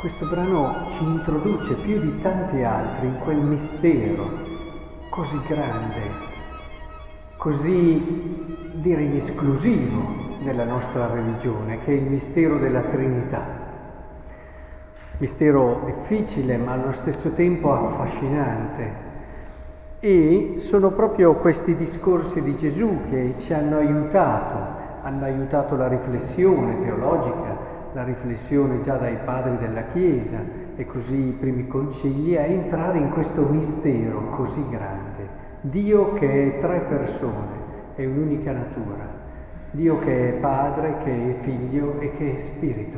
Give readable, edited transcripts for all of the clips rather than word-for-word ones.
Questo brano ci introduce più di tanti altri in quel mistero così grande, così direi esclusivo della nostra religione, che è il mistero della Trinità. Mistero difficile ma allo stesso tempo affascinante. E sono proprio questi discorsi di Gesù che ci hanno aiutato la riflessione teologica, la riflessione già dai padri della Chiesa e così i primi concili, a entrare in questo mistero così grande. Dio che è tre persone, è un'unica natura. Dio che è Padre, che è Figlio e che è Spirito.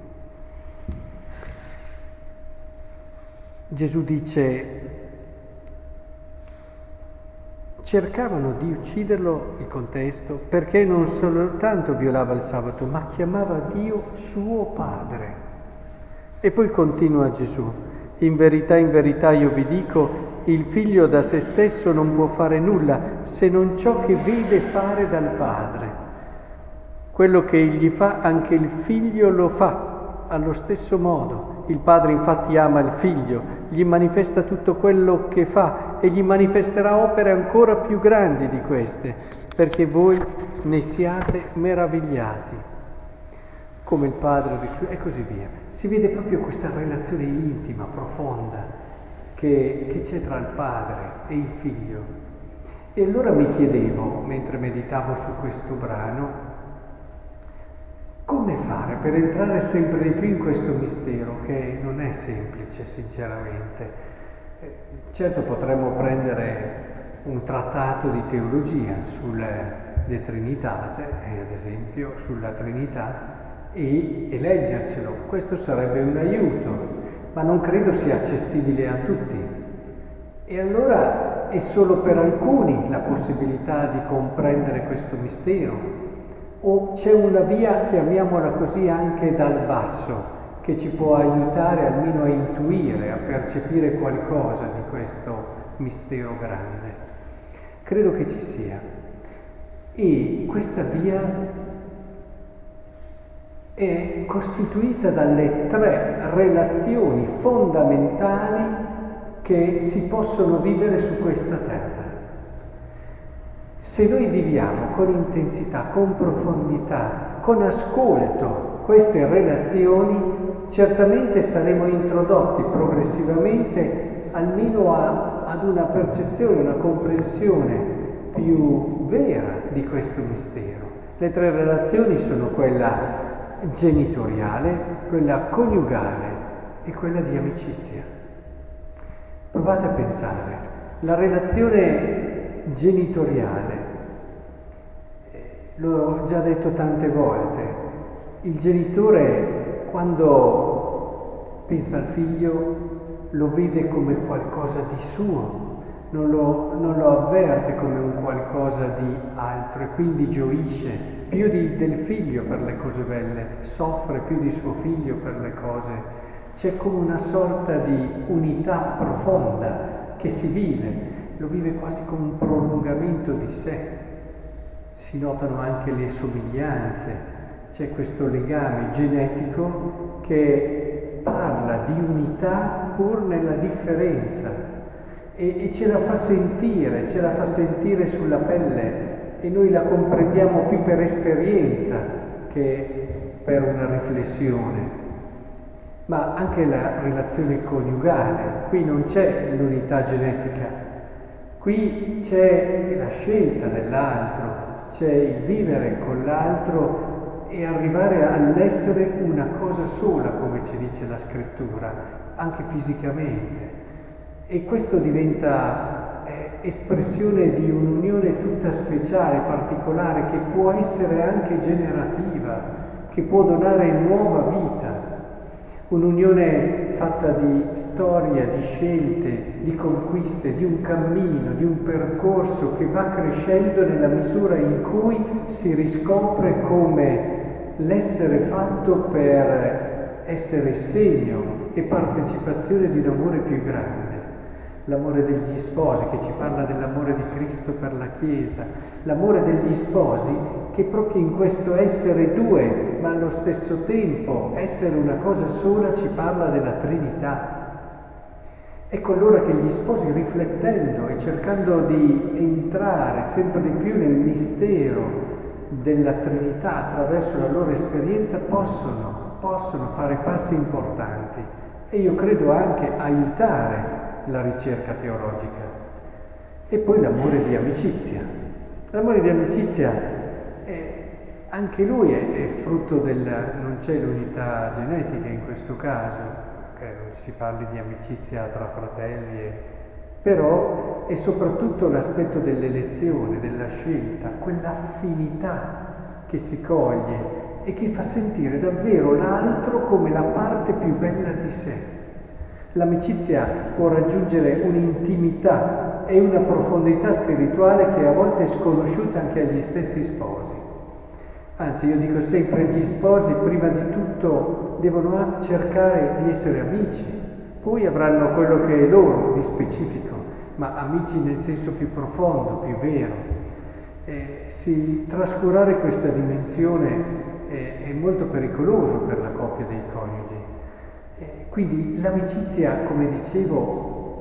Gesù dice: cercavano di ucciderlo, il contesto, perché non soltanto violava il sabato, ma chiamava Dio suo Padre. E poi continua Gesù: in verità io vi dico, il figlio da se stesso non può fare nulla se non ciò che vede fare dal Padre. Quello che egli fa, anche il figlio lo fa allo stesso modo. Il Padre infatti ama il Figlio, gli manifesta tutto quello che fa e gli manifesterà opere ancora più grandi di queste, perché voi ne siate meravigliati. Come il Padre e così via. Si vede proprio questa relazione intima, profonda, che c'è tra il Padre e il Figlio. E allora mi chiedevo, mentre meditavo su questo brano, come fare per entrare sempre di più in questo mistero, che non è semplice, sinceramente. Certo, potremmo prendere un trattato di teologia sulle De Trinitate, ad esempio, sulla Trinità, e leggercelo. Questo sarebbe un aiuto, ma non credo sia accessibile a tutti. E allora è solo per alcuni la possibilità di comprendere questo mistero. O c'è una via, chiamiamola così, anche dal basso, che ci può aiutare almeno a intuire, a percepire qualcosa di questo mistero grande? Credo che ci sia. E questa via è costituita dalle tre relazioni fondamentali che si possono vivere su questa terra. Se noi viviamo con intensità, con profondità, con ascolto queste relazioni, certamente saremo introdotti progressivamente almeno ad una percezione, una comprensione più vera di questo mistero. Le tre relazioni sono quella genitoriale, quella coniugale e quella di amicizia. Provate a pensare, la relazione genitoriale, l'ho già detto tante volte, il genitore quando pensa al figlio lo vede come qualcosa di suo, non lo avverte come un qualcosa di altro e quindi gioisce più del figlio per le cose belle, soffre più di suo figlio per le cose. C'è come una sorta di unità profonda che si vive. Lo vive quasi come un prolungamento di sé. Si notano anche le somiglianze, c'è questo legame genetico che parla di unità pur nella differenza e ce la fa sentire sulla pelle e noi la comprendiamo più per esperienza che per una riflessione. Ma anche la relazione coniugale, qui non c'è l'unità genetica. Qui c'è la scelta dell'altro, c'è il vivere con l'altro e arrivare all'essere una cosa sola, come ci dice la Scrittura, anche fisicamente. E questo diventa espressione di un'unione tutta speciale, particolare, che può essere anche generativa, che può donare nuova vita. Un'unione fatta di storia, di scelte, di conquiste, di un cammino, di un percorso che va crescendo nella misura in cui si riscopre come l'essere fatto per essere segno e partecipazione di un amore più grande. l'amore degli sposi che ci parla dell'amore di Cristo per la Chiesa, l'amore degli sposi che proprio in questo essere due, ma allo stesso tempo essere una cosa sola, ci parla della Trinità. Ecco allora che gli sposi, riflettendo e cercando di entrare sempre di più nel mistero della Trinità attraverso la loro esperienza, possono fare passi importanti e io credo anche aiutare la ricerca teologica. E poi l'amore di amicizia. L'amore di amicizia, anche lui è frutto non c'è l'unità genetica in questo caso, che non si parli di amicizia tra fratelli, però è soprattutto l'aspetto dell'elezione, della scelta, quell'affinità che si coglie e che fa sentire davvero l'altro come la parte più bella di sé. L'amicizia può raggiungere un'intimità e una profondità spirituale che a volte è sconosciuta anche agli stessi sposi. Anzi, io dico sempre, gli sposi prima di tutto devono cercare di essere amici, poi avranno quello che è loro di specifico, ma amici nel senso più profondo, più vero. Trascurare questa dimensione è molto pericoloso per la coppia dei coniugi. Quindi l'amicizia, come dicevo,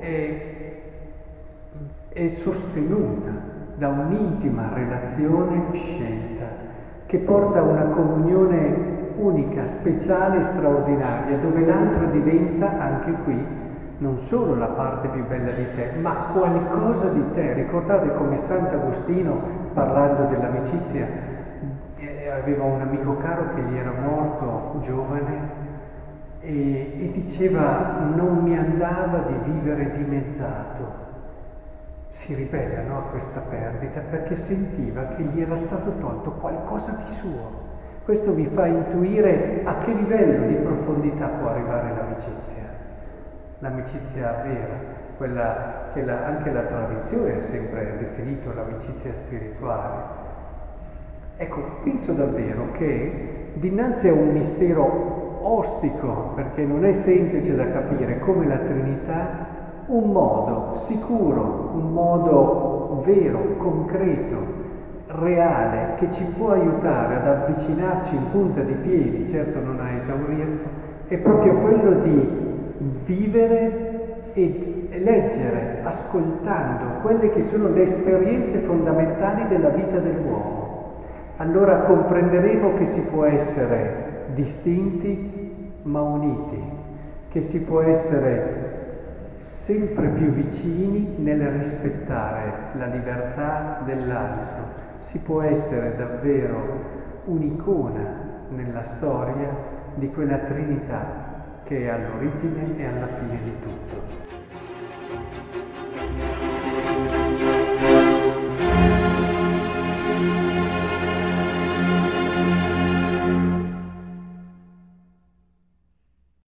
è sostenuta da un'intima relazione scelta che porta a una comunione unica, speciale e straordinaria, dove l'altro diventa anche qui non solo la parte più bella di te, ma qualcosa di te. Ricordate come Sant'Agostino, parlando dell'amicizia, aveva un amico caro che gli era morto giovane e diceva: non mi andava di vivere dimezzato. Si ribella, no, a questa perdita perché sentiva che gli era stato tolto qualcosa di suo. Questo vi fa intuire a che livello di profondità può arrivare l'amicizia vera, quella che anche la tradizione ha sempre definito l'amicizia spirituale. Ecco, penso davvero che dinanzi a un mistero ostico, perché non è semplice da capire, come la Trinità, un modo sicuro, un modo vero, concreto, reale, che ci può aiutare ad avvicinarci in punta di piedi, certo non a esaurirlo, è proprio quello di vivere e leggere, ascoltando quelle che sono le esperienze fondamentali della vita dell'uomo. Allora comprenderemo che si può essere distinti ma uniti, che si può essere sempre più vicini nel rispettare la libertà dell'altro. Si può essere davvero un'icona nella storia di quella Trinità che è all'origine e alla fine di tutto.